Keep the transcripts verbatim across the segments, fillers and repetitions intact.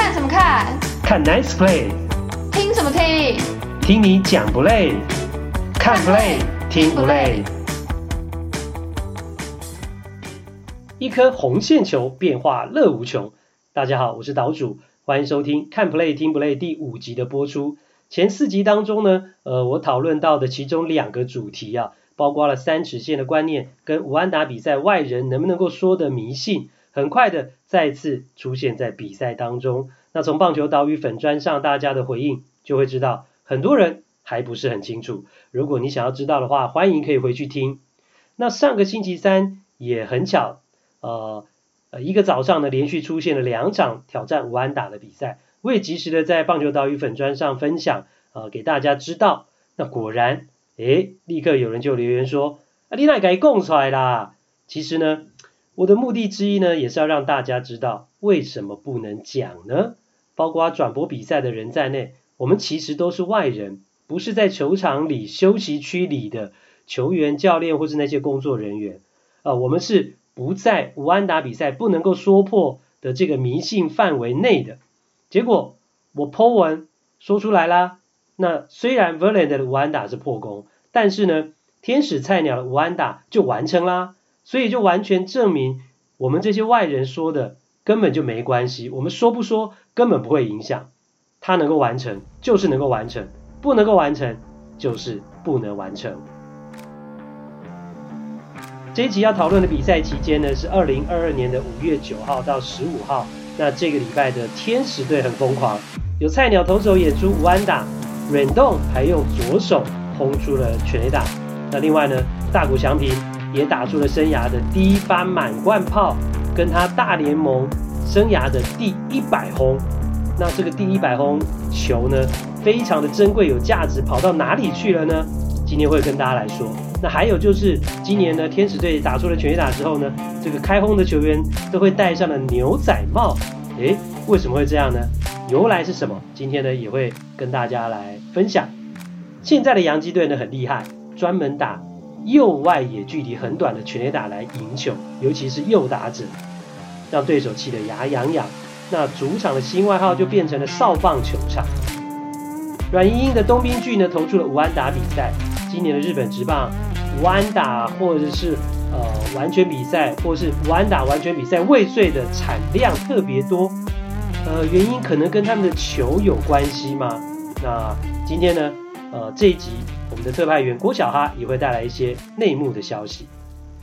看什么看？ 看 Nice Play。 听什么听？ 听你讲不累？看 Play 听不累？一颗红线球变化乐无穷。大家好，我是岛主，欢迎收听看 Play 听不累第五集的播出。前四集当中呢，呃，我讨论到的其中两个主题啊，包括了三尺线的观念跟吴安达比赛外人能不能够说的迷信，很快的再次出现在比赛当中。那从棒球岛屿粉专上大家的回应就会知道，很多人还不是很清楚。如果你想要知道的话，欢迎可以回去听。那上个星期三也很巧，呃，一个早上呢连续出现了两场挑战吴安打的比赛，我也及时的在棒球岛屿粉专上分享，呃，给大家知道。那果然，诶，立刻有人就留言说，啊，你哪给供出来啦？其实呢，我的目的之一呢，也是要让大家知道为什么不能讲呢？包括转播比赛的人在内，我们其实都是外人，不是在球场里休息区里的球员、教练或是那些工作人员，呃，我们是不在吴安打比赛不能够说破的这个迷信范围内的。结果我 po 文说出来啦，那虽然 Verlander 的吴安打是破功，但是呢，天使菜鸟的吴安打就完成啦，所以就完全证明我们这些外人说的根本就没关系，我们说不说根本不会影响，他能够完成就是能够完成，不能够完成就是不能完成。这一集要讨论的比赛期间呢，是二零二二年的五月九号到十五号。那这个礼拜的天使队很疯狂，有菜鸟投手演出吴安打， Rendon 还用左手轰出了全垒打。那另外呢，大谷翔平也打出了生涯的第一发满贯炮，跟他大联盟生涯的第一百轰。那这个第一百轰球呢，非常的珍贵有价值，跑到哪里去了呢？今天会跟大家来说。那还有就是今年呢，天使队打出了全垒打之后呢，这个开轰的球员都会戴上了牛仔帽。诶，为什么会这样呢？由来是什么？今天呢也会跟大家来分享。现在的洋基队呢很厉害，专门打右外野距离很短的全垒打来赢球，尤其是右打者，让对手气得牙痒痒。那主场的新外号就变成了少棒球场。软硬硬的东滨巨呢投出了吴安打比赛。今年的日本职棒吴安打或者是呃完全比赛，或是吴安打完全比赛未遂的产量特别多，呃原因可能跟他们的球有关系吗？那今天呢，呃这一集我们的特派员郭小哈也会带来一些内幕的消息。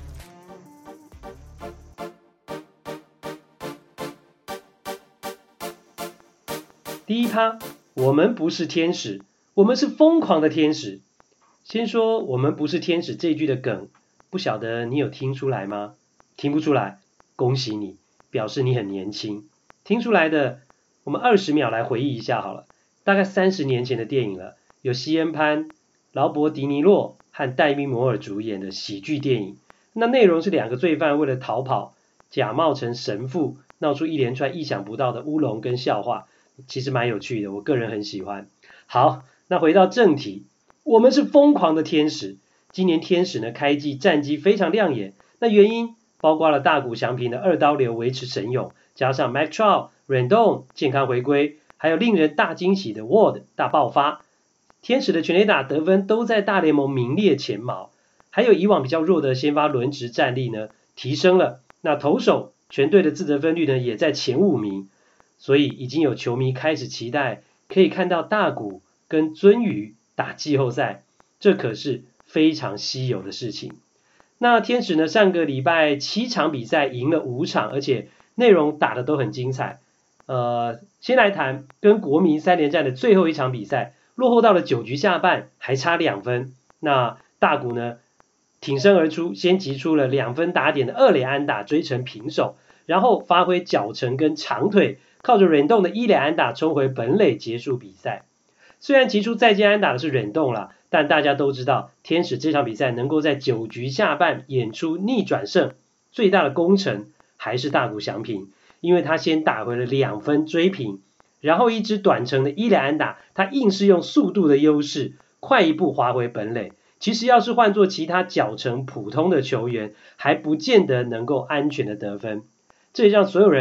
第一趴，我们不是天使，我们是疯狂的天使。先说我们不是天使这句的梗，不晓得你有听出来吗？听不出来，恭喜你，表示你很年轻。听出来的，我们二十秒来回忆一下好了，大概三十年前的电影了，有西恩潘、劳勃迪尼洛和戴咪摩尔主演的喜剧电影。那内容是两个罪犯为了逃跑，假冒成神父，闹出一连串意想不到的乌龙跟笑话，其实蛮有趣的，我个人很喜欢。好，那回到正题。我们是疯狂的天使，今年天使呢开季战绩非常亮眼，那原因包括了大谷翔平的二刀流维持神勇，加上 Mike Trout、Rendon 健康回归，还有令人大惊喜的 Ward 大爆发，天使的全垒打得分都在大联盟名列前茅，还有以往比较弱的先发轮值战力呢提升了，那投手全队的自得分率呢也在前五名，所以已经有球迷开始期待可以看到大谷跟鳟鱼打季后赛，这可是非常稀有的事情。那天使呢，上个礼拜七场比赛赢了五场，而且内容打得都很精彩。呃，先来谈跟国民三连战的最后一场比赛，落后到了九局下半，还差两分。那大谷呢，挺身而出，先击出了两分打点的二垒安打追成平手，然后发挥脚程跟长腿，靠着Rendon的一垒安打冲回本垒结束比赛。虽然击出再见安打的是Rendon啦，但大家都知道天使这场比赛能够在九局下半演出逆转胜，最大的功臣还是大谷翔平，因为他先打回了两分追平，然后一支短程的一垒安打，他硬是用速度的优势快一步滑回本垒。其实要是换做其他脚程普通的球员，还不见得能够安全的得分。这也让所有人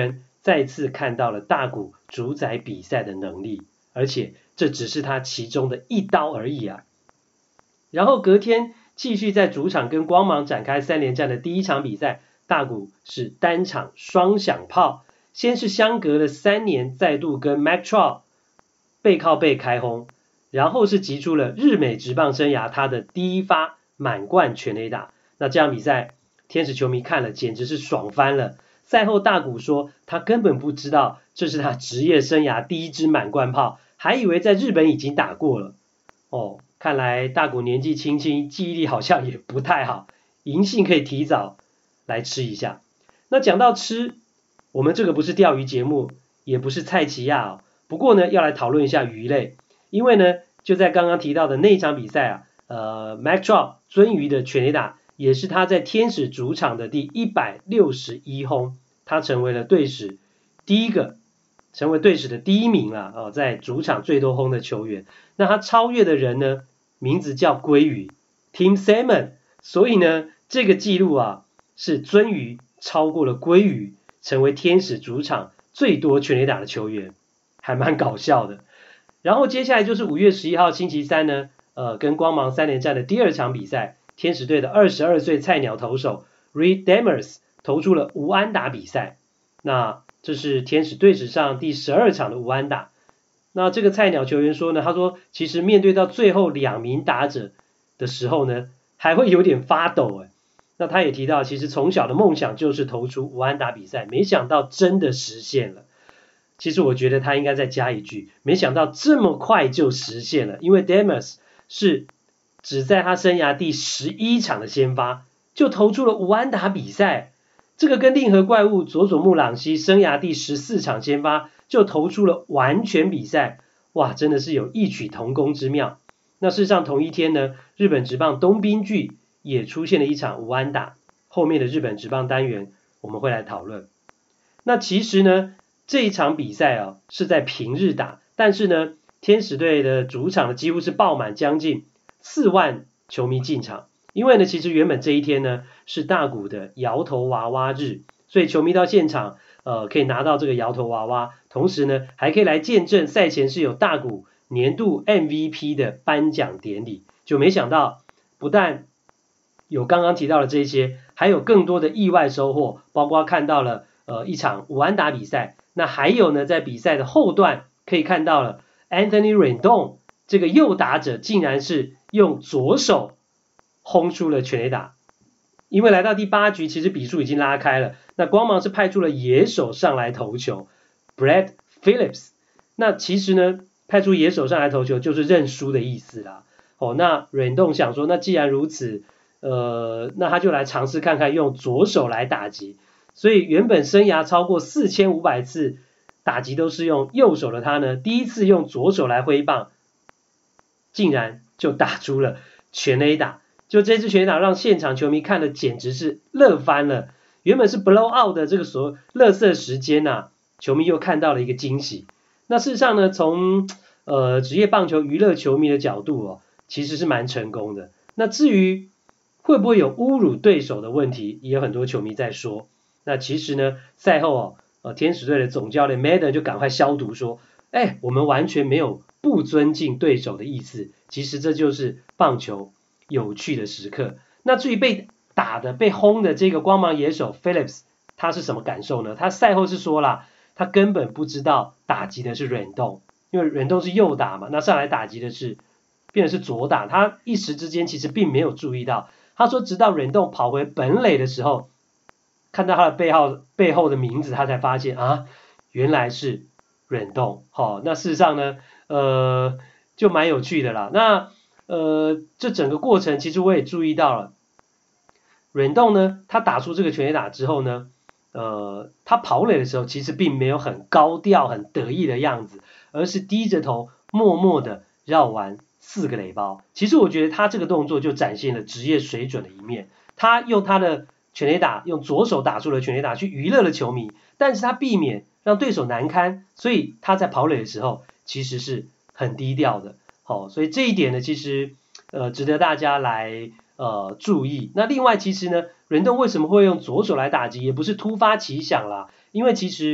再次看到了大谷主宰比赛的能力，而且这只是他其中的一刀而已啊。然后隔天继续在主场跟光芒展开三连战的第一场比赛，大谷是单场双响炮，先是相隔了三年再度跟 Mike Trout 背靠背开轰，然后是击出了日美职棒生涯他的第一发满贯全垒打。那这场比赛天使球迷看了简直是爽翻了。赛后大谷说他根本不知道这是他职业生涯第一支满贯炮，还以为在日本已经打过了。哦，看来大谷年纪轻轻，记忆力好像也不太好，银杏可以提早来吃一下。那讲到吃，我们这个不是钓鱼节目，也不是菜奇亚哦，不过呢要来讨论一下鱼类，因为呢就在刚刚提到的那一场比赛啊，呃 Mike Trout 鳟鱼的全垒打也是他在天使主场的第一百六十一轰，他成为了队史第一个，成为队史的第一名啦、哦、在主场最多轰的球员。那他超越的人呢，名字叫鲑鱼 Tim Salmon， 所以呢这个记录啊是鳟鱼超过了鲑鱼，成为天使主场最多全垒打的球员，还蛮搞笑的。然后接下来就是五月十一号星期三呢，呃，跟光芒三连战的第二场比赛，天使队的二十二岁菜鸟投手 Reid Detmers 投出了无安打比赛，那这是天使队史上第十二场的无安打。那这个菜鸟球员说呢，他说其实面对到最后两名打者的时候呢，还会有点发抖哎。那他也提到，其实从小的梦想就是投出无安打比赛，没想到真的实现了。其实我觉得他应该再加一句，没想到这么快就实现了，因为 Detmers 是只在他生涯第十一场的先发就投出了无安打比赛，这个跟令和怪物佐佐木朗希生涯第十四场先发就投出了完全比赛，哇，真的是有异曲同工之妙。那事实上同一天呢，日本职棒东滨巨也出现了一场无安打，后面的日本职棒单元我们会来讨论。那其实呢这一场比赛啊是在平日打，但是呢天使队的主场几乎是爆满，将近四万球迷进场，因为呢其实原本这一天呢是大谷的摇头娃娃日，所以球迷到现场呃可以拿到这个摇头娃娃，同时呢还可以来见证赛前是有大谷年度 M V P 的颁奖典礼。就没想到不但有刚刚提到的这些，还有更多的意外收获，包括看到了呃一场无安打比赛，那还有呢在比赛的后段可以看到了 Anthony Rendon 这个右打者竟然是用左手轰出了全垒打。因为来到第八局其实比数已经拉开了，那光芒是派出了野手上来投球 Brad Phillips， 那其实呢派出野手上来投球就是认输的意思啦。哦，那 Rendon 想说那既然如此呃，那他就来尝试看看用左手来打击，所以原本生涯超过四千五百次打击都是用右手的他呢，第一次用左手来挥棒，竟然就打出了全垒打。就这支全垒打让现场球迷看的简直是乐翻了，原本是 blow out 的这个所谓垃圾时间啊，球迷又看到了一个惊喜。那事实上呢，从呃职业棒球娱乐球迷的角度哦，其实是蛮成功的。那至于会不会有侮辱对手的问题，也有很多球迷在说。那其实呢，赛后哦，呃，天使队的总教练 Maddon 就赶快消毒说，哎，我们完全没有不尊敬对手的意思。其实这就是棒球有趣的时刻。那至于被打的、被轰的这个光芒野手 Phillips， 他是什么感受呢？他赛后是说啦，他根本不知道打击的是Rendon，因为Rendon是右打嘛，那上来打击的是变成是左打，他一时之间其实并没有注意到。他说直到Rendon跑回本垒的时候，看到他的背后背后的名字，他才发现啊，原来是Rendon。好，那事实上呢，呃，就蛮有趣的啦。那呃，这整个过程其实我也注意到了，Rendon呢，他打出这个全垒打之后呢，呃，他跑垒的时候其实并没有很高调、很得意的样子，而是低着头，默默的绕完四个垒包。其实我觉得他这个动作就展现了职业水准的一面。他用他的全垒打，用左手打出了全垒打去娱乐了球迷，但是他避免让对手难堪，所以他在跑垒的时候其实是很低调的。好，所以这一点呢，其实呃值得大家来呃注意。那另外其实呢，Rendon为什么会用左手来打击，也不是突发奇想啦，因为其实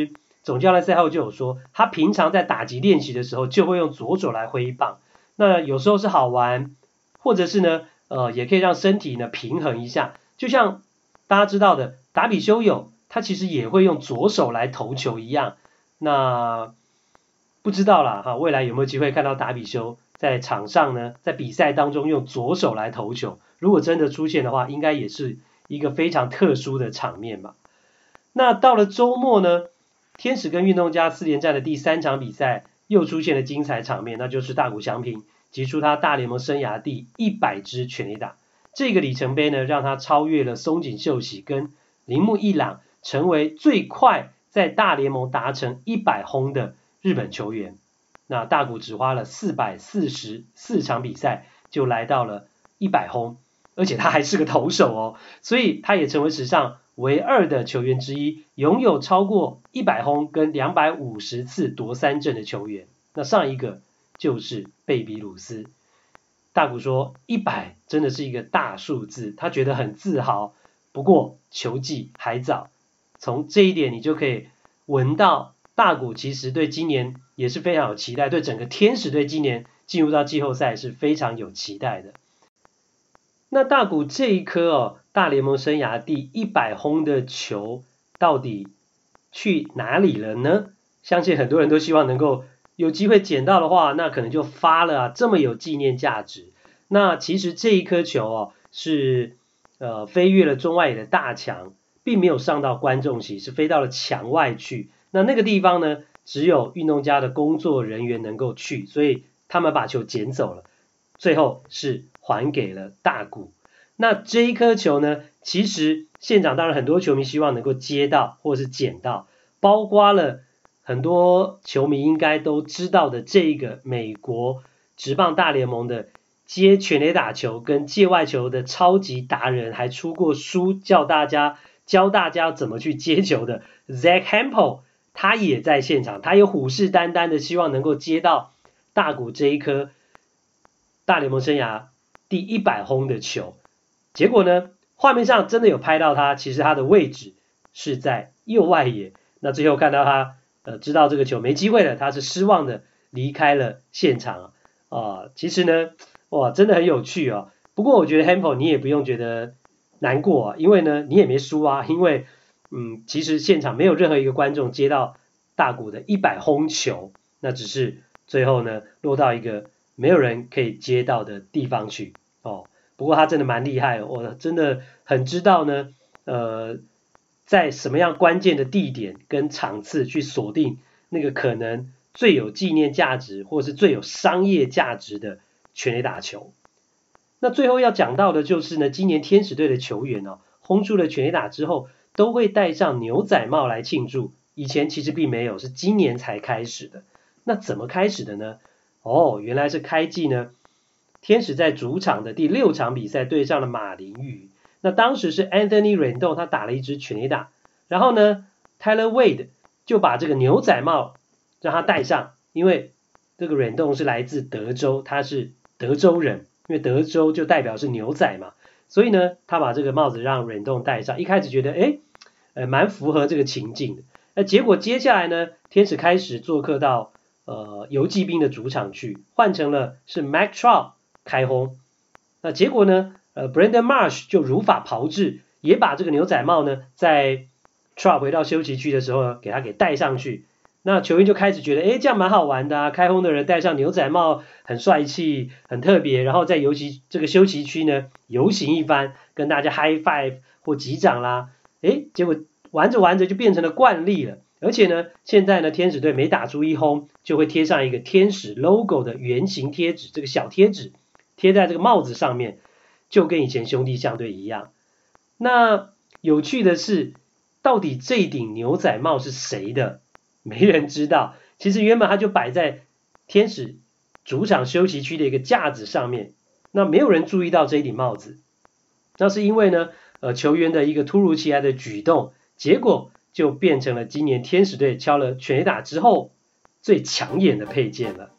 总教练赛后就有说，他平常在打击练习的时候就会用左手来挥棒，那有时候是好玩，或者是呢，呃，也可以让身体呢平衡一下。就像大家知道的，达比修有他其实也会用左手来投球一样。那不知道啦哈，未来有没有机会看到达比修在场上呢，在比赛当中用左手来投球？如果真的出现的话，应该也是一个非常特殊的场面吧。那到了周末呢，天使跟运动家四连战的第三场比赛又出现了精彩场面，那就是大谷翔平击出他大联盟生涯第一百支全垒打。这个里程碑呢，让他超越了松井秀喜跟铃木一朗，成为最快在大联盟达成一百轰的日本球员。那大谷只花了四百四十四场比赛就来到了一百轰，而且他还是个投手哦，所以他也成为史上唯二的球员之一，拥有超过一百轰跟两百五十次夺三振的球员。那上一个就是贝比鲁斯。大谷说一百真的是一个大数字，他觉得很自豪，不过球季还早。从这一点你就可以闻到大谷其实对今年也是非常有期待，对整个天使队今年进入到季后赛是非常有期待的。那大谷这一颗哦，大联盟生涯第一百轰的球到底去哪里了呢？相信很多人都希望能够有机会捡到的话，那可能就发了啊，这么有纪念价值。那其实这一颗球哦，是呃飞越了中外野的大墙，并没有上到观众席，是飞到了墙外去。那那个地方呢，只有运动家的工作人员能够去，所以他们把球捡走了，最后是还给了大谷。那这一颗球呢，其实现场当然很多球迷希望能够接到或是捡到，包括了很多球迷应该都知道的这个美国职棒大联盟的接全垒打球跟界外球的超级达人，还出过书教大家教大家怎么去接球的 Zack Hample， 他也在现场，他也虎视眈眈的希望能够接到大谷这一颗大联盟生涯第一百轰的球。结果呢，画面上真的有拍到他，其实他的位置是在右外野。那最后看到他呃知道这个球没机会了，他是失望的离开了现场啊、呃。其实呢，哇，真的很有趣哦。不过我觉得 Hample 你也不用觉得难过啊，因为呢你也没输啊，因为嗯其实现场没有任何一个观众接到大谷的一百轰球，那只是最后呢落到一个没有人可以接到的地方去哦。不过他真的蛮厉害，我真的很知道呢，呃，在什么样关键的地点跟场次去锁定那个可能最有纪念价值或是最有商业价值的全垒打球。那最后要讲到的就是呢，今年天使队的球员哦，轰出了全垒打之后，都会戴上牛仔帽来庆祝。以前其实并没有，是今年才开始的。那怎么开始的呢？哦，原来是开季呢。天使在主场的第六场比赛对上了马林鱼，那当时是 Anthony Rendon 他打了一支全垒打，然后呢 Tyler Wade 就把这个牛仔帽让他戴上，因为这个 Rendon 是来自德州，他是德州人，因为德州就代表是牛仔嘛，所以呢他把这个帽子让 Rendon 戴上，一开始觉得诶呃蛮符合这个情境的，那结果接下来呢天使开始做客到呃游骑兵的主场去，换成了是 Mike Trout开轰，那结果呢？呃 ，Brandon Marsh 就如法炮制，也把这个牛仔帽呢，在 Trout 回到休息区的时候呢，给他给戴上去。那球员就开始觉得，哎，这样蛮好玩的啊！开轰的人戴上牛仔帽，很帅气，很特别。然后在游戏这个休息区呢，游行一番，跟大家 high five 或击掌啦。哎，结果玩着玩着就变成了惯例了。而且呢，现在呢，天使队每打出一轰，就会贴上一个天使 logo 的圆形贴纸，这个小贴纸贴在这个帽子上面，就跟以前兄弟象队一样。那有趣的是，到底这顶牛仔帽是谁的？没人知道。其实原本它就摆在天使主场休息区的一个架子上面，那没有人注意到这一顶帽子。那是因为呢，呃，球员的一个突如其来的举动，结果就变成了今年天使队敲了全垒打之后最抢眼的配件了。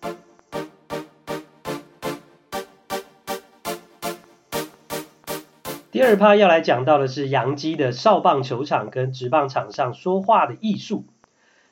第二趴要来讲到的是洋基的少棒球场跟职棒场上说话的艺术。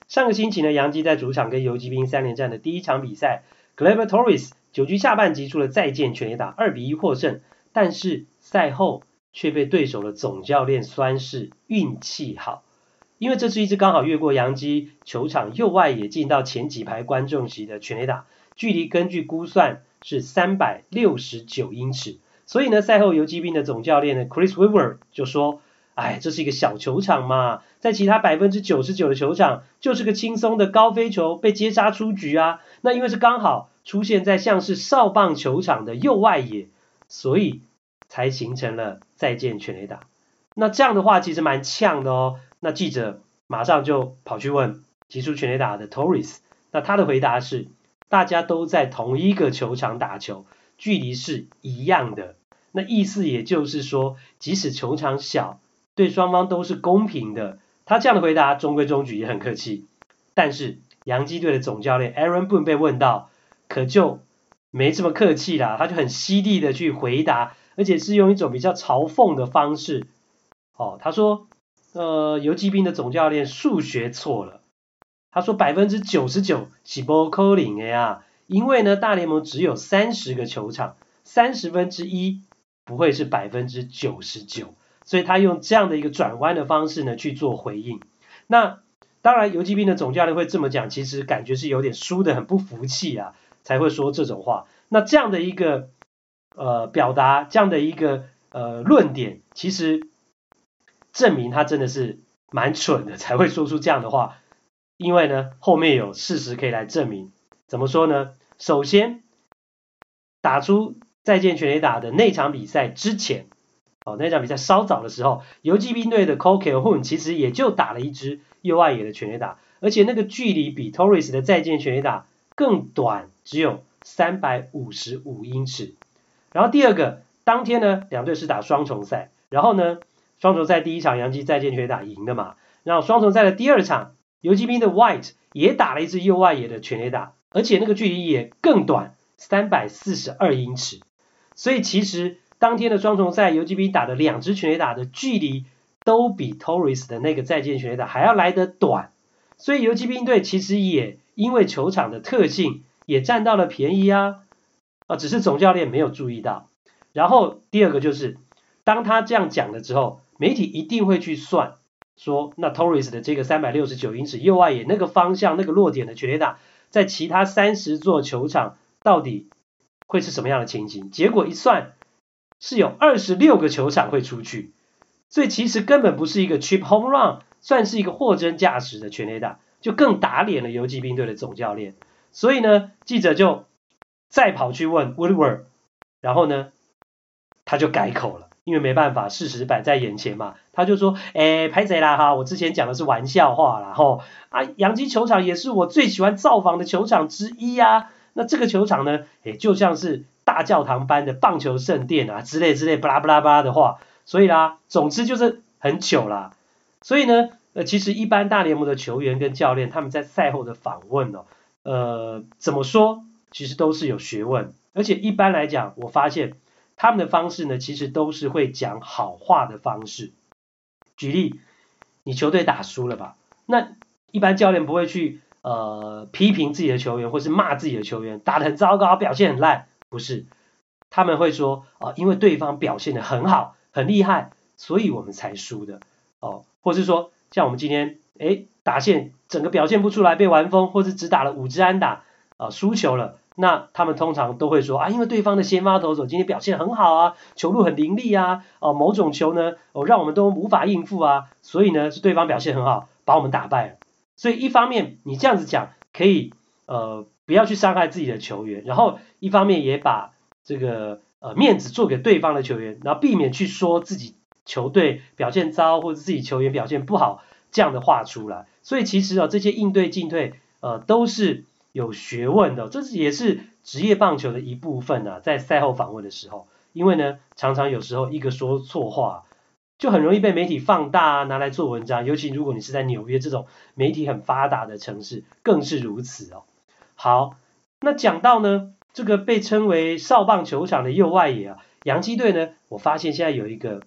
上个星期呢，洋基在主场跟游击兵三连战的第一场比赛 ，Gleyber Torres 九局下半击出了再见全垒打，二比一获胜。但是赛后却被对手的总教练酸是运气好，因为这是一支刚好越过洋基球场右外野进到前几排观众席的全垒打，距离根据估算是三百六十九英尺。所以呢，赛后游击兵的总教练呢 Chris Weaver 就说，哎，这是一个小球场嘛，在其他 百分之九十九 的球场就是个轻松的高飞球被接杀出局啊，那因为是刚好出现在像是少棒球场的右外野，所以才形成了再见全垒打。那这样的话其实蛮呛的哦。那记者马上就跑去问击出全垒打的 Torres， 那他的回答是，大家都在同一个球场打球，距离是一样的。那意思也就是说，即使球场小，对双方都是公平的。他这样的回答中规中矩，也很客气。但是洋基队的总教练 Aaron Boone 被问到，可就没这么客气啦，他就很犀利的去回答，而且是用一种比较嘲讽的方式。哦，他说，呃，游击兵的总教练数学错了。他说 百分之九十九 是不可能的啊，因为呢，大联盟只有三十个球场，三十分之一不会是 百分之九十九， 所以他用这样的一个转弯的方式呢去做回应。那当然游击兵的总教练会这么讲，其实感觉是有点输得很不服气啊，才会说这种话。那这样的一个呃表达，这样的一个呃论点，其实证明他真的是蛮蠢的，才会说出这样的话。因为呢，后面有事实可以来证明。怎么说呢？首先，打出再见全垒打的那场比赛之前，哦，那场比赛稍早的时候，游击兵队的 Cole Calhoun 其实也就打了一支右外野的全垒打，而且那个距离比 Torres 的再见全垒打更短，只有三百五十五英尺。然后第二个，当天呢，两队是打双重赛，然后呢，双重赛第一场洋基再见全垒打赢的嘛，然后双重赛的第二场，游击兵的 White 也打了一支右外野的全垒打，而且那个距离也更短，三百四十二英尺。所以其实当天的双重赛，游击兵打的两支全垒打的距离都比 Torres 的那个再见全垒打还要来得短，所以游击兵队其实也因为球场的特性也占到了便宜啊，啊，只是总教练没有注意到。然后第二个就是，当他这样讲了之后，媒体一定会去算，说那 Torres 的这个三百六十九英尺右外野那个方向那个落点的全垒打，在其他三十座球场到底会是什么样的情形？结果一算，是有二十六个球场会出去，所以其实根本不是一个 cheap home run， 算是一个货真价实的全垒打，就更打脸了游击兵队的总教练。所以呢，记者就再跑去问 Woodward， 然后呢，他就改口了，因为没办法，事实摆在眼前嘛，他就说，哎，拍谁啦哈，我之前讲的是玩笑话啦吼，啊，洋基球场也是我最喜欢造访的球场之一啊。那这个球场呢，也就像是大教堂般的棒球圣殿啊，之类之类，巴拉巴拉巴拉的话，所以啦，总之就是很糗啦。所以呢，呃，其实一般大联盟的球员跟教练他们在赛后的访问哦，呃，怎么说，其实都是有学问，而且一般来讲，我发现他们的方式呢，其实都是会讲好话的方式。举例，你球队打输了吧？那一般教练不会去呃批评自己的球员，或是骂自己的球员打得很糟糕，表现很烂，不是，他们会说哦、呃，因为对方表现得很好，很厉害，所以我们才输的哦，或是说像我们今天哎打线整个表现不出来，被完封，或是只打了五支安打啊、呃，输球了。那他们通常都会说啊，因为对方的先发投手今天表现很好啊，球路很凌厉啊，哦、呃，某种球呢，哦，让我们都无法应付啊，所以呢是对方表现很好，把我们打败了。所以一方面你这样子讲，可以呃不要去伤害自己的球员，然后一方面也把这个呃面子做给对方的球员，然后避免去说自己球队表现糟或者自己球员表现不好这样的话出来。所以其实啊、哦、这些应对进退呃都是有学问的，这也是职业棒球的一部分啊，在赛后访问的时候，因为呢，常常有时候一个说错话，就很容易被媒体放大啊，拿来做文章，尤其如果你是在纽约这种媒体很发达的城市，更是如此哦。好，那讲到呢，这个被称为少棒球场的右外野啊，洋基队呢，我发现现在有一个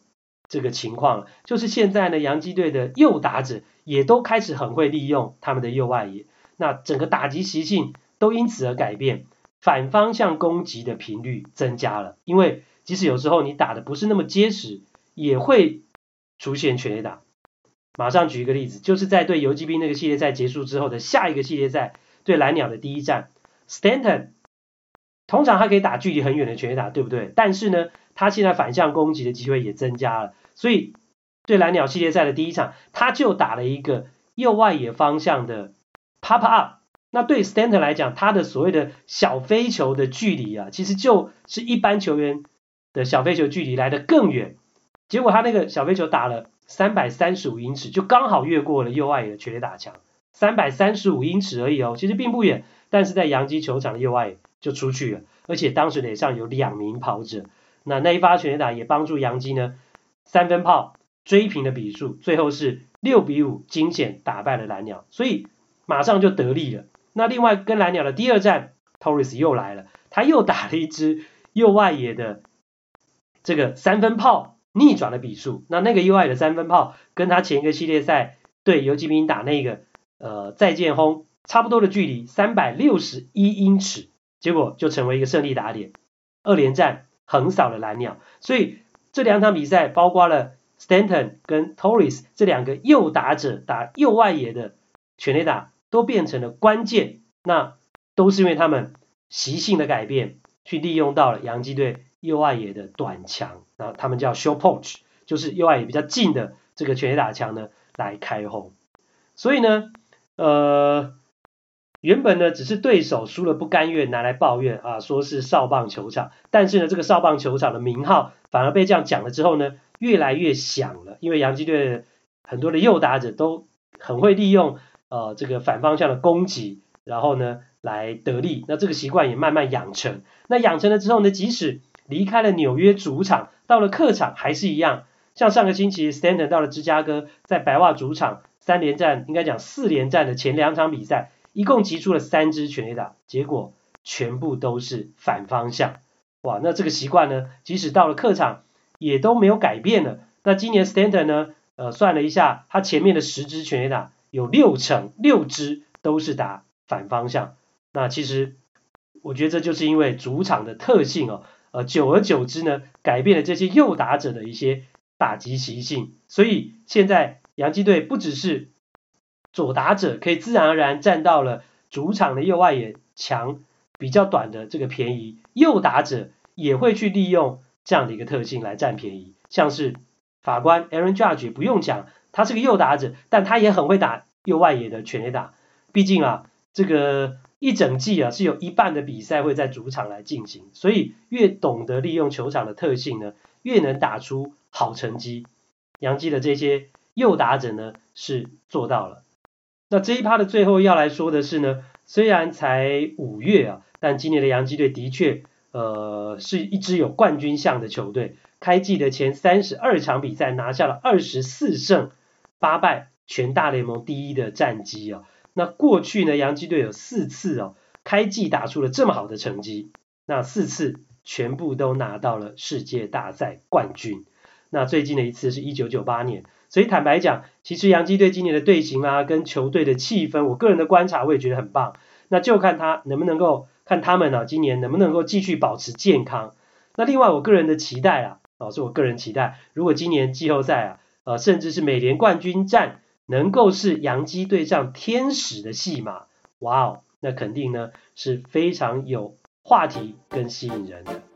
这个情况了，就是现在呢，洋基队的右打者也都开始很会利用他们的右外野，那整个打击习性都因此而改变，反方向攻击的频率增加了，因为即使有时候你打的不是那么结实，也会出现全垒打。马上举一个例子，就是在对游击兵那个系列赛结束之后的下一个系列赛，对蓝鸟的第一战 ，Stanton 通常他可以打距离很远的全垒打，对不对？但是呢，他现在反向攻击的机会也增加了，所以对蓝鸟系列赛的第一场，他就打了一个右外野方向的 pop up。那对 Stanton 来讲，他的所谓的小飞球的距离啊，其实就是一般球员的小飞球距离来得更远。结果他那个小飞球打了三百三十五英尺，就刚好越过了右外野的全垒打墙，三百三十五英尺而已哦，其实并不远，但是在洋基球场的右外野就出去了，而且当时垒上有两名跑者，那那一发全垒打也帮助洋基呢三分炮追平了比数，最后是六比五惊险打败了蓝鸟，所以马上就得利了。那另外跟蓝鸟的第二战 Torres 又来了，他又打了一支右外野的这个三分炮逆转了比数，那那个右外野的三分炮跟他前一个系列赛对游击兵打那个呃再见轰差不多的距离三百六十一英尺，结果就成为一个胜利打点，二连战横扫了蓝鸟，所以这两场比赛包括了 Stanton 跟 Torres 这两个右打者打右外野的全垒打都变成了关键，那都是因为他们习性的改变，去利用到了洋基队右外野的短墙，然后他们叫 short porch， 就是右外野比较近的这个全垒打墙呢来开轰。所以呢，呃，原本呢只是对手输了不甘愿拿来抱怨啊，说是少棒球场，但是呢这个少棒球场的名号反而被这样讲了之后呢，越来越响了，因为洋基队很多的右打者都很会利用呃这个反方向的攻击，然后呢来得利，那这个习惯也慢慢养成。那养成了之后呢，即使离开了纽约主场，到了客场还是一样。像上个星期 Stanton 到了芝加哥，在白袜主场三连战，应该讲四连战的前两场比赛，一共击出了三支全垒打，结果全部都是反方向。哇，那这个习惯呢，即使到了客场也都没有改变了。那今年 Stanton 呢，呃，算了一下，他前面的十支全垒打有六成六支都是打反方向。那其实我觉得这就是因为主场的特性哦，呃，久而久之呢，改变了这些右打者的一些打击习性，所以现在洋基队不只是左打者可以自然而然占到了主场的右外野墙比较短的这个便宜，右打者也会去利用这样的一个特性来占便宜。像是法官 Aaron Judge 不用讲，他是个右打者，但他也很会打右外野的全垒打。毕竟啊，这个一整季啊是有一半的比赛会在主场来进行，所以越懂得利用球场的特性呢，越能打出好成绩。洋基的这些右打者呢是做到了。那这一趴的最后要来说的是呢，虽然才五月啊，但今年的洋基队的确呃是一支有冠军相的球队。开季的前三十二场比赛拿下了二十四胜八败，全大联盟第一的战绩啊。那过去呢，洋基队有四次哦，开季打出了这么好的成绩，那四次全部都拿到了世界大赛冠军。那最近的一次是一九九八年，所以坦白讲，其实洋基队今年的队形啊，跟球队的气氛，我个人的观察我也觉得很棒。那就看他能不能够看他们啊，今年能不能够继续保持健康。那另外我个人的期待啊，哦，是我个人期待，如果今年季后赛啊，呃，甚至是美联冠军战能够是洋基对上天使的戏码，哇哦，那肯定呢是非常有话题跟吸引人的。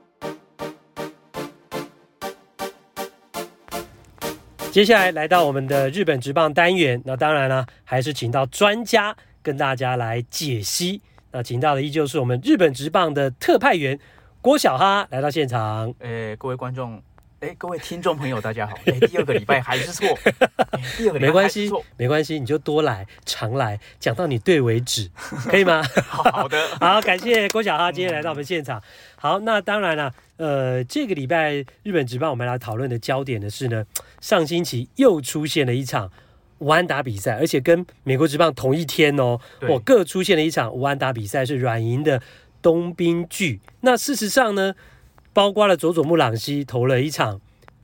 接下来来到我们的日本职棒单元，那当然呢还是请到专家跟大家来解析。那请到的依旧是我们日本职棒的特派员郭小哈来到现场。 诶，各位观众，诶，各位听众朋友，大家好。诶，第二个礼拜还是错，第二个礼拜还是错， 没关系，你就多来，常来，讲到你对为止，可以吗？ 好的， 好，感谢郭小哈今天来到我们现场。好，那当然了，呃，这个礼拜日本职棒我们来讨论的焦点的是呢，上星期又出现了一场无安打比赛，而且跟美国职棒同一天哦，我各出现了一场无安打比赛，是软银的东滨巨。那事实上呢，包括了佐佐木朗希投了一场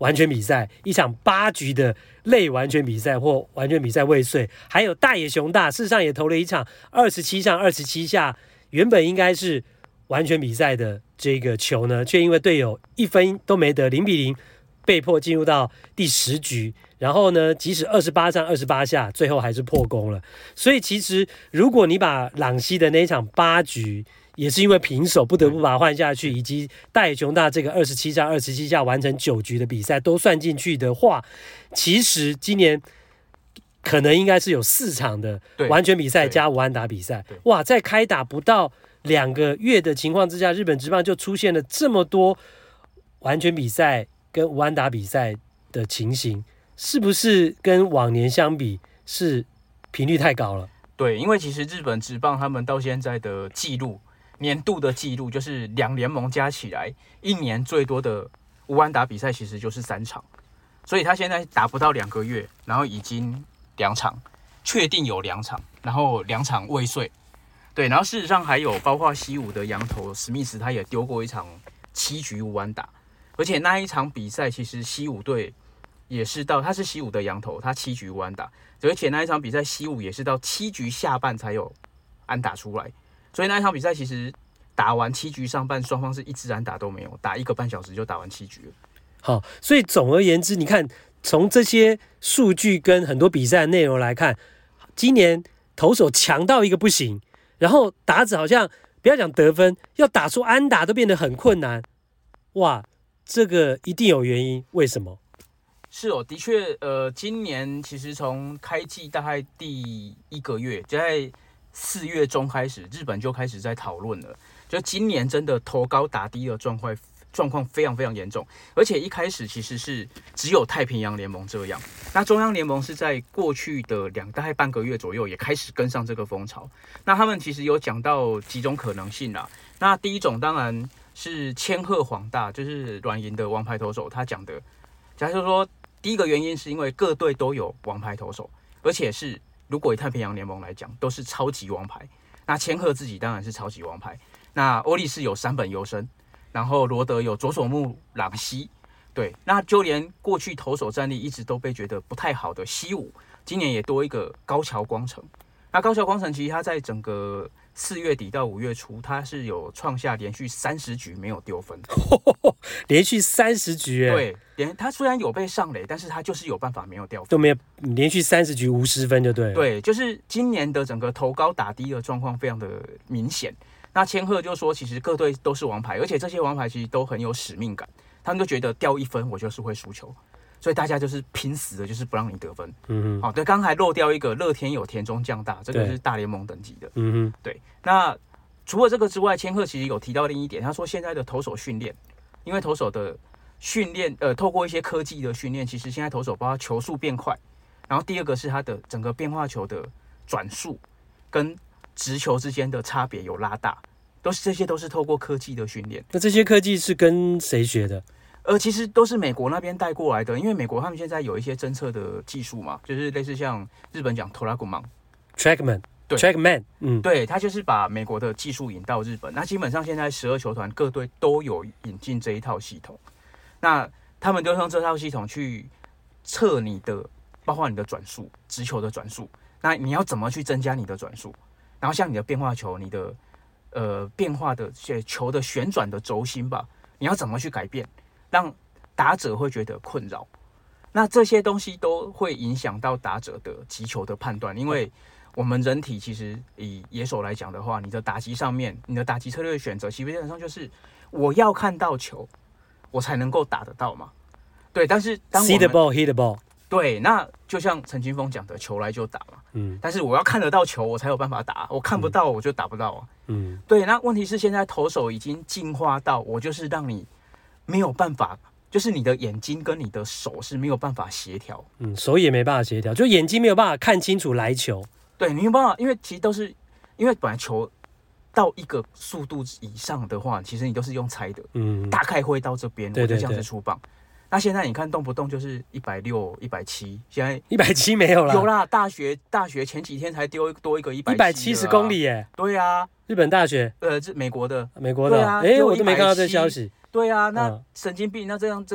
完全比赛，一场八局的类完全比赛或完全比赛未遂，还有大野雄大，事实上也投了一场二十七上二十七下，原本应该是完全比赛的这个球呢，却因为队友一分都没得，零比零被迫进入到第十局。然后呢，即使二十八上二十八下，最后还是破功了。所以其实如果你把朗希的那一场八局，也是因为平手不得不把它换下去，以及大野雄大这个二十七上二十七下完成九局的比赛都算进去的话，其实今年可能应该是有四场的完全比赛加无安打比赛。哇，在开打不到两个月的情况之下，日本职棒就出现了这么多完全比赛跟无安打比赛的情形，是不是跟往年相比是频率太高了？ 对，因为其实日本职棒他们到现在的记录，年度的记录就是两联盟加起来一年最多的无安打比赛其实就是三场，所以他现在打不到两个月，然后已经两场，确定有两场，然后两场未遂。对，然后事实上还有包括西武的洋投史密斯，他也丢过一场七局无安打，而且那一场比赛其实西武队也是到，他是西武的洋投，他七局无安打，而且那一场比赛西武也是到七局下半才有安打出来，所以那一场比赛其实打完七局上半，双方是一支安打都没有，打一个半小时就打完七局了。 好，所以总而言之，你看从这些数据跟很多比赛的内容来看，今年投手强到一个不行，然后打者好像不要讲得分，要打出安打都变得很困难。哇，这个一定有原因，为什么？ 是哦，的确，呃，今年其实从开季大概第一个月，就在四月中开始，日本就开始在讨论了，就今年真的投高打低的状况状况非常非常严重，而且一开始其实是只有太平洋联盟这样，那中央联盟是在过去的两大概半个月左右也开始跟上这个风潮，那他们其实有讲到几种可能性啦，那第一种当然是千贺滉大，就是软银的王牌投手，他讲的，假如说第一个原因是因为各队都有王牌投手，而且是如果以太平洋联盟来讲，都是超级王牌。那千贺自己当然是超级王牌，那欧力士有山本优生，然后罗德有佐佐木朗希，对，那就连过去投手战力一直都被觉得不太好的西武，今年也多一个高桥光成。那高桥光成其实他在整个四月底到五月初，他是有创下连续三十局没有丢分， 连续三十局， 对，连他虽然有被上垒，但是他就是有办法没有掉分， 都没有连续三十局无失分就对了。 对，就是今年的整个投高打低的状况非常的明显。那千贺就说，其实各队都是王牌，而且这些王牌其实都很有使命感，他们就觉得掉一分我就是会输球。所以大家就是拼死的，就是不让你得分。嗯哼，好、哦，对，刚才漏掉一个乐天有田中将大，这个是大联盟等级的。嗯哼，对。那除了这个之外，千贺其实有提到另一点，他说现在的投手训练，因为投手的训练，呃，透过一些科技的训练，其实现在投手包括球速变快，然后第二个是他的整个变化球的转速跟直球之间的差别有拉大，都是这些都是透过科技的训练。 那这些科技是跟谁学的？ 呃，其实都是美国那边带过来的，因为美国他们现在有一些侦测的技术嘛，就是类似像日本讲 Toraguman、Trackman， 对 ，Trackman， 嗯， 对，他就是把美国的技术引到日本。那基本上现在十二球团各队都有引进这一套系统，那他们就用这套系统去测你的，包括你的转速、直球的转速，那你要怎么去增加你的转速？然后像你的变化球，你的呃变化的球的旋转的轴心吧，你要怎么去改变？让打者会觉得困扰，那这些东西都会影响到打者的击球的判断，因为我们人体其实以野手来讲的话，你的打击上面，你的打击策略的选择，基本上就是我要看到球，我才能够打得到嘛。对，但是当我们 see the ball, hit the ball， 对，那就像陈金峰讲的，球来就打嘛。嗯，但是我要看得到球，我才有办法打，我看不到我就打不到啊。嗯，对，那问题是现在投手已经进化到，我就是让你没有办法，就是你的眼睛跟你的手是没有办法协调， 嗯，手也没办法协调，就眼睛没有办法看清楚来球。 对，你没有办法，因为其实都是因为本来球到一个速度以上的话，其实你都是用猜的，嗯，大概会到这边，我就这样子出棒。那现在你看，动不动就是一百六、一百七，现在一百七没有了， 有啦，大学大学前几天才丢多一个一百一百七十公里耶， 对啊， 日本大学， 呃，是美国的， 美国的，哎、啊，我都没看到这消息。 对啊，那神经病，那这样这个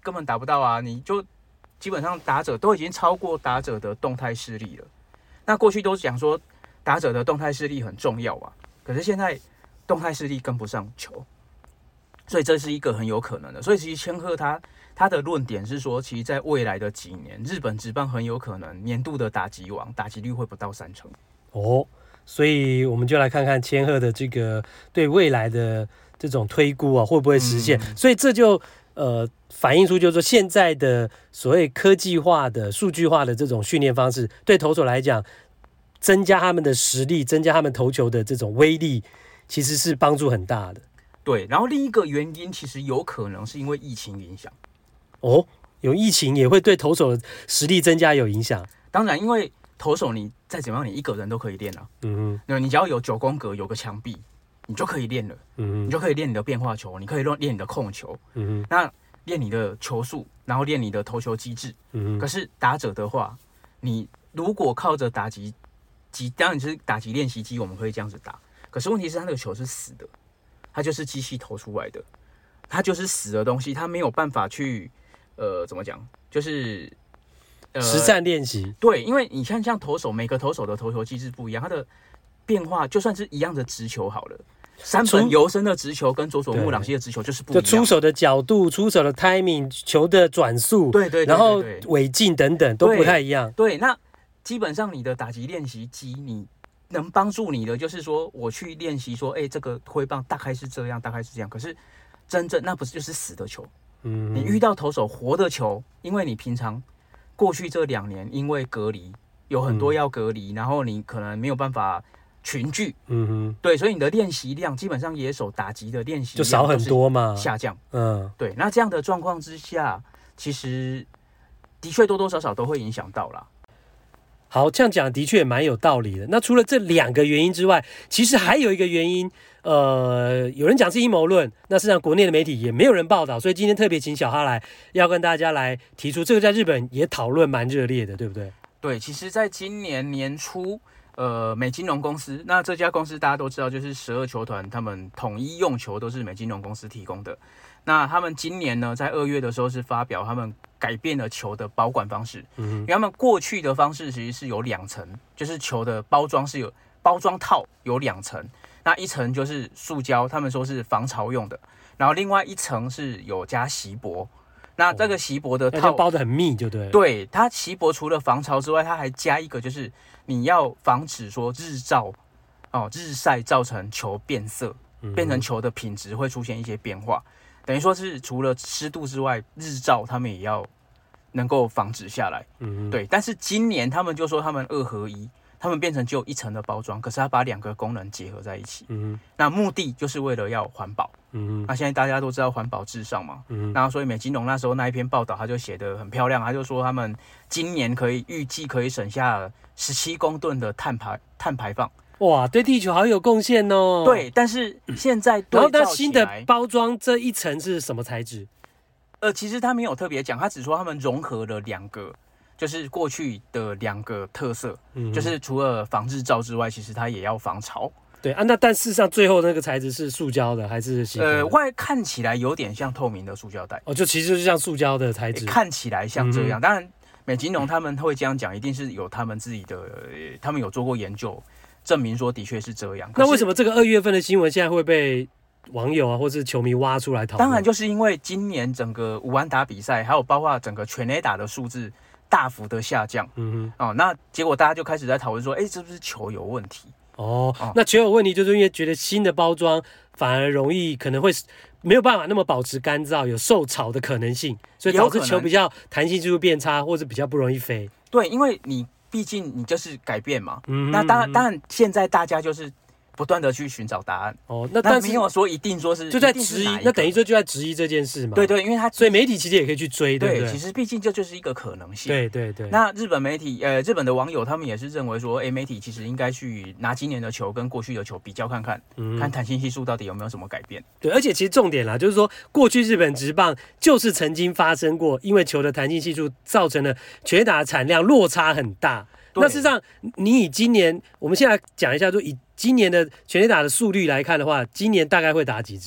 根本打不到啊，你就基本上打者都已经超过打者的动态视力了。那过去都是讲说打者的动态视力很重要啊，可是现在动态视力跟不上球，所以这是一个很有可能的。所以其实千鹤他他的论点是说，其实在未来的几年，日本职棒很有可能年度的打击王打击率会不到三成。 哦，所以我们就来看看千鹤的这个对未来的这种推估啊，会不会实现？嗯、所以这就呃反映出就是说现在的所谓科技化的、数据化的这种训练方式，对投手来讲，增加他们的实力，增加他们投球的这种威力，其实是帮助很大的。 对，然后另一个原因其实有可能是因为疫情影响。 哦，有疫情也会对投手的实力增加有影响。 当然，因为投手你再怎么样，你一个人都可以练啊。嗯哼，你只要有九宫格，有个墙壁，你就可以练了。嗯哼，你就可以练你的变化球，你可以练你的控球。嗯哼，那练你的球速，然后练你的投球机制。嗯哼，可是打者的话，你如果靠着打击机，当然就是打击练习机，我们可以这样子打。可是问题是，他那个球是死的，它就是机器投出来的，它就是死的东西，它没有办法去。呃，怎么讲？就是、 呃、实战练习。 对，因为你看，像投手，每个投手的投球机制不一样，它的变化就算是一样的直球好了，山本由伸的直球跟佐佐木朗希的直球就是不一样。 就出手的角度、出手的 timing、球的转速， 对 对, 对, 对, 对， 然后尾劲等等都不太一样。 对，对那基本上你的打击练习机，你能帮助你的就是说，我去练习说，哎、欸，这个挥棒大概是这样，大概是这样。可是真正那不是就是死的球。嗯，你遇到投手活的球，因为你平常过去这两年因为隔离有很多要隔离、嗯，然后你可能没有办法群聚，嗯哼，对，所以你的练习量基本上野手打击的练习就少很多嘛， 下降，嗯，对，那这样的状况之下，其实的确多多少少都会影响到啦。 好，这样讲的确蛮有道理的。那除了这两个原因之外，其实还有一个原因。呃，有人讲是阴谋论，那事实上国内的媒体也没有人报道，所以今天特别请小哈来，要跟大家来提出这个，在日本也讨论蛮热烈的，对不对？ 对，其实在今年年初，呃，美金融公司，那这家公司大家都知道，就是十二球团他们统一用球都是美金融公司提供的。那他们今年呢，在二月的时候是发表他们改变了球的保管方式，嗯，因为他们过去的方式其实是有两层，就是球的包装是有包装套有两层。那一层就是塑胶，他们说是防潮用的，然后另外一层是有加锡箔。那这个锡箔的套、 哦、包得很密，就对了。 对，它锡箔除了防潮之外，它还加一个，就是你要防止说日照哦日晒造成球变色，变成球的品质会出现一些变化。等于说是除了湿度之外，日照他们也要能够防止下来。嗯，对。但是今年他们就说他们二合一。他们变成只有一层的包装，可是他把两个功能结合在一起。嗯，那目的就是为了要环保。嗯，那现在大家都知道环保至上嘛。嗯，然后所以美金融那时候那一篇报道，他就写得很漂亮，他就说他们今年可以预计可以省下十七公吨的碳排碳排放。 哇，对地球好有贡献哦。 对，但是现在对照起来， 然后那新的包装这一层是什么材质？ 呃，其实他没有特别讲，他只说他们融合了两个。就是过去的两个特色、嗯，就是除了防日照之外，其实它也要防潮。 对啊，那但事实上最后那个材质是塑胶的还是锡箔的？ 呃，外看起来有点像透明的塑胶袋。 哦，就其实就像塑胶的材质、欸， 看起来像这样。嗯、当然，美金融他们会这样讲，一定是有他们自己的，他们有做过研究，证明说的确是这样。 那为什么这个二月份的新闻现在会被网友啊或是球迷挖出来讨论？ 当然，就是因为今年整个五安打比赛，还有包括整个全垒打的数字。大幅的下降，嗯哼，哦，那结果大家就开始在讨论说，哎、欸，是不是球有问题？ 哦，哦那球有问题，就是因为觉得新的包装反而容易可能会没有办法那么保持干燥，有受潮的可能性，所以导致球比较弹性技术变差，或者比较不容易飞。 对，因为你毕竟你就是改变嘛，嗯，那当然当然现在大家就是不断的去寻找答案。 哦，那但是没有说一定说是就在质疑，那等于说就在质疑这件事嘛。 对对，因为他所以媒体其实也可以去追，对不对？ 对，其实毕竟这就是一个可能性。 对对对。 那日本媒体，呃，日本的网友他们也是认为说，哎，媒体其实应该去拿今年的球跟过去的球比较看看，嗯、看弹性系数到底有没有什么改变。 对，而且其实重点啦，就是说过去日本职棒就是曾经发生过，因为球的弹性系数造成了全垒打的产量落差很大。那事实上，你以今年，我们现在讲一下，说以今年的全垒打的速率来看的话，今年大概会打几支？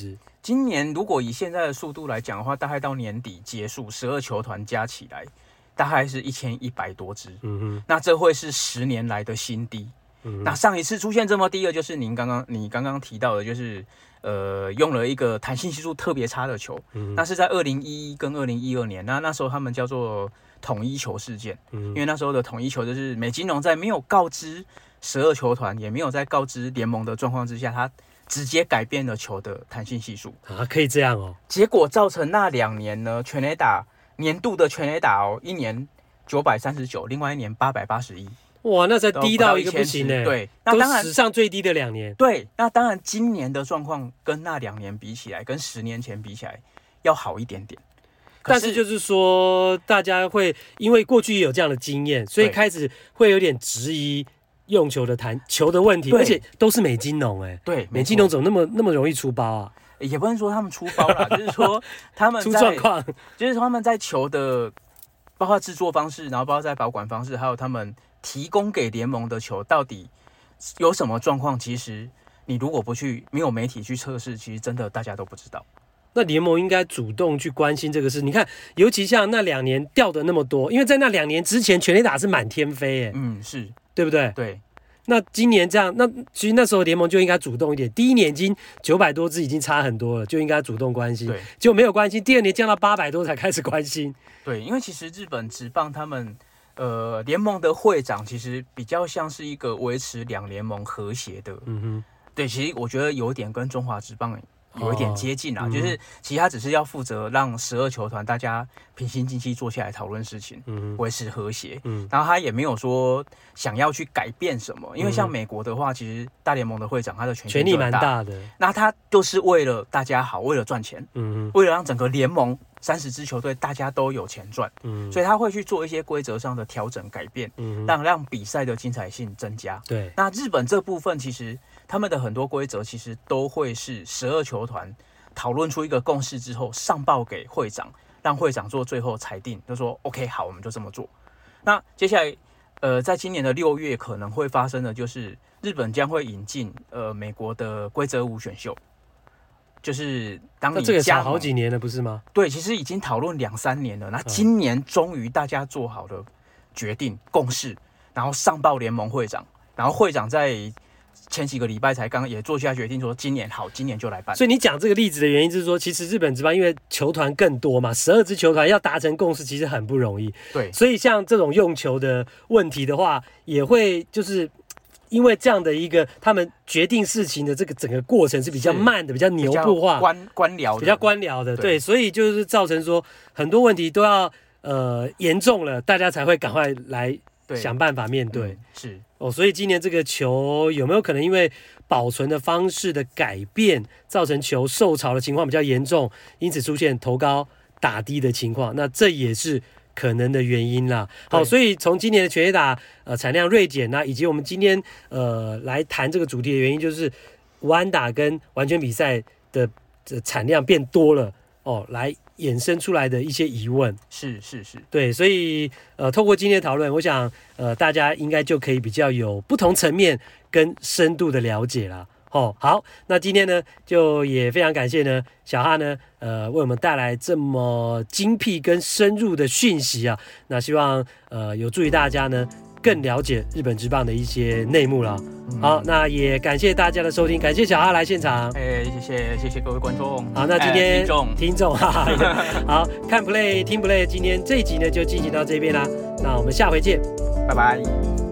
今年如果以现在的速度来讲的话，大概到年底结束，十二球团加起来大概是一千一百多支。嗯哼，那这会是十年来的新低。嗯，那上一次出现这么低的，就是您刚刚你刚刚提到的，就是呃用了一个弹性系数特别差的球。嗯，那是在二零一一跟二零一二年，那那时候他们叫做统一球事件。嗯，因为那时候的统一球就是美金龙在没有告知十二球团，也没有在告知联盟的状况之下，他直接改变了球的弹性系数啊，可以这样哦。 结果造成那两年呢，全垒打年度的全垒打哦，一年九百三十九，另外一年八百八十一。 哇，那才低到一个不行呢。 对，那当然史上最低的两年。 对，那当然今年的状况跟那两年比起来，跟十年前比起来要好一点点。 但是就是说，大家会因为过去有这样的经验，所以开始会有点质疑用球的弹球的问题，而且都是美金农哎。 对， 美金农怎么那么那么容易出包啊？ 也不能说他们出包啦，就是说他们出状况， 就是说他们在球的包括制作方式，然后包括在保管方式，还有他们提供给联盟的球到底有什么状况，其实你如果不去没有媒体去测试，其实真的大家都不知道。 那联盟应该主动去关心这个事。你看，尤其像那两年掉的那么多，因为在那两年之前，全垒打是满天飞，哎， 嗯，是对不对？ 对。 那今年这样，那其实那时候联盟就应该主动一点。第一年已经九百多支，已经差很多了，就应该主动关心。 对， 结果没有关心，第二年降到八百多才开始关心。 对，因为其实日本职棒他们呃联盟的会长其实比较像是一个维持两联盟和谐的。嗯哼，对，其实我觉得有一点跟中华职棒有一点接近啊，哦嗯、就是其实他只是要负责让十二球团大家平心静气坐下来讨论事情，嗯，维持和谐，嗯，然后他也没有说想要去改变什么，因为像美国的话，其实大联盟的会长他的权权力蛮大的， 那他就是为了大家好，为了赚钱，嗯，为了让整个联盟三十支球队大家都有钱赚，嗯，所以他会去做一些规则上的调整改变，嗯，让让比赛的精彩性增加。 对， 那日本这部分其实他们的很多规则其实都会是十二球团讨论出一个共识之后上报给会长，让会长做最后裁定，就说 OK 好，我们就这么做。那接下来呃，在今年的六月可能会发生的就是日本将会引进呃美国的规则五选秀。就是当你加盟， 这个吵好几年了，不是吗？ 对，其实已经讨论两三年了。那今年终于大家做好了决定共识，然后上报联盟会长，然后会长在前几个礼拜才刚也做下决定，说今年好，今年就来办。 所以你讲这个例子的原因就是说，其实日本职棒因为球团更多嘛，十二支球团要达成共识其实很不容易。 对， 所以像这种用球的问题的话，也会就是。因为这样的一个，他们决定事情的这个整个过程是比较慢的，比较牛步化、 官官僚的， 比较官僚的，对，对，所以就是造成说很多问题都要呃严重了，大家才会赶快来想办法面对。 嗯、是哦，所以今年这个球有没有可能因为保存的方式的改变，造成球受潮的情况比较严重，因此出现投高打低的情况？那这也是可能的原因啦。好，所以从今年的全垒打呃产量锐减，那以及我们今天呃来谈这个主题的原因，就是无安打跟完全比赛的的产量变多了哦，来衍生出来的一些疑问。 是是是， 对，所以呃透过今天的讨论，我想呃大家应该就可以比较有不同层面跟深度的了解啦。哦，好，那今天呢，就也非常感谢呢，小哈呢，呃，为我们带来这么精辟跟深入的讯息啊，那希望呃有助于大家呢更了解日本职棒的一些内幕了。嗯、好，那也感谢大家的收听，感谢小哈来现场。 哎，谢谢谢谢各位观众。 好，那今天、 哎、听众听众哈哈，好看 play 听 play， 今天这一集呢就进行到这边啦，那我们下回见， 拜拜。